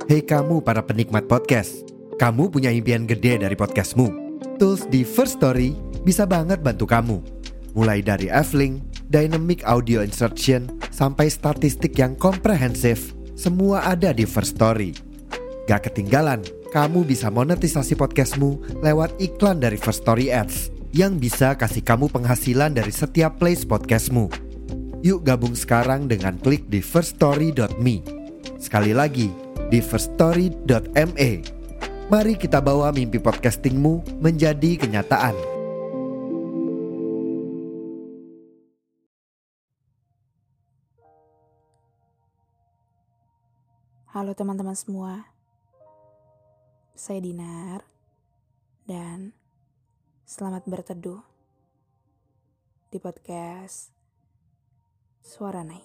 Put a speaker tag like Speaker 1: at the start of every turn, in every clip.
Speaker 1: Hei kamu para penikmat podcast, kamu punya impian gede dari podcastmu. Tools di First Story bisa banget bantu kamu. Mulai dari F-Link, Dynamic Audio Insertion, sampai statistik yang komprehensif, semua ada di First Story. Gak ketinggalan, kamu bisa monetisasi podcastmu lewat iklan dari First Story Ads yang bisa kasih kamu penghasilan dari setiap plays podcastmu. Yuk gabung sekarang dengan klik di firststory.me. Sekali lagi, di firststory.me. Mari kita bawa mimpi podcastingmu menjadi kenyataan.
Speaker 2: Halo teman-teman semua, saya Dinar dan selamat berteduh di podcast Suara Nai.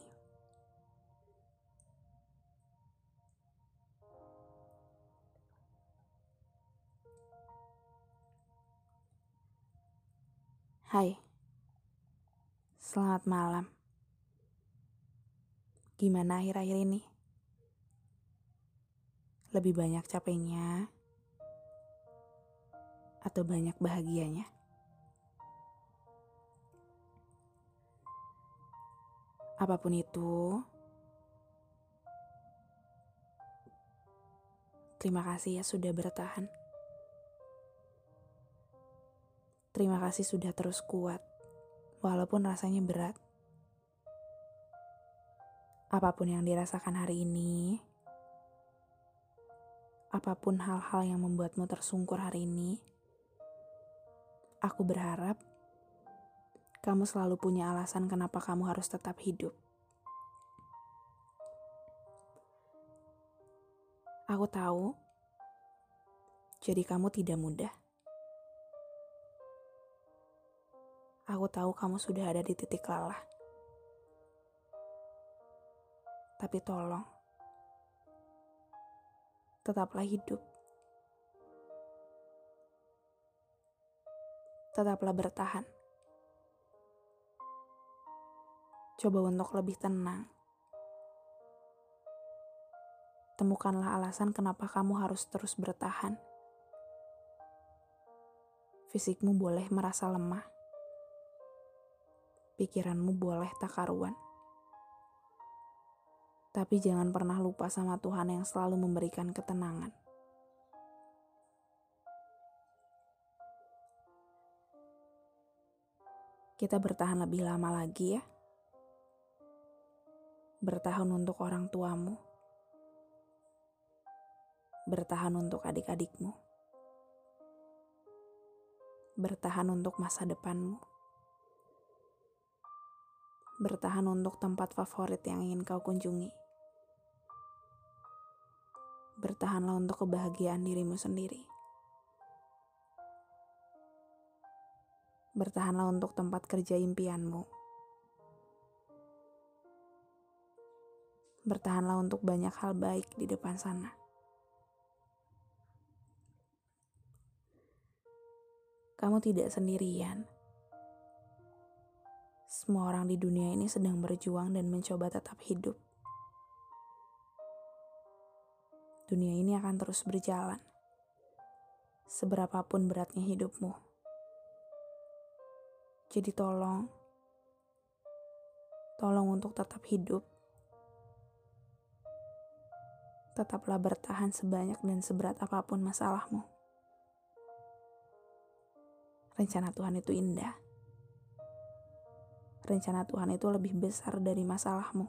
Speaker 2: Hai, selamat malam. Gimana akhir-akhir ini? Lebih banyak capeknya atau banyak bahagianya? Apapun itu, terima kasih ya sudah bertahan. Terima kasih sudah terus kuat, walaupun rasanya berat. Apapun yang dirasakan hari ini, apapun hal-hal yang membuatmu tersungkur hari ini, aku berharap kamu selalu punya alasan kenapa kamu harus tetap hidup. Aku tahu, jadi kamu tidak mudah. Aku tahu kamu sudah ada di titik lelah. Tapi tolong, tetaplah hidup. Tetaplah bertahan. Coba untuk lebih tenang. Temukanlah alasan kenapa kamu harus terus bertahan. Fisikmu boleh merasa lemah. Pikiranmu boleh tak karuan. Tapi jangan pernah lupa sama Tuhan yang selalu memberikan ketenangan. Kita bertahan lebih lama lagi ya. Bertahan untuk orang tuamu. Bertahan untuk adik-adikmu. Bertahan untuk masa depanmu. Bertahan untuk tempat favorit yang ingin kau kunjungi. Bertahanlah untuk kebahagiaan dirimu sendiri. Bertahanlah untuk tempat kerja impianmu. Bertahanlah untuk banyak hal baik di depan sana. Kamu tidak sendirian. Semua orang di dunia ini sedang berjuang dan mencoba tetap hidup. Dunia ini akan terus berjalan. Seberapapun beratnya hidupmu. Jadi tolong untuk tetap hidup. Tetaplah bertahan sebanyak dan seberat apapun masalahmu. Rencana Tuhan itu indah. Rencana Tuhan itu lebih besar dari masalahmu.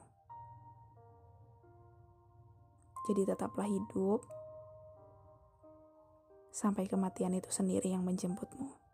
Speaker 2: Jadi tetaplah hidup sampai kematian itu sendiri yang menjemputmu.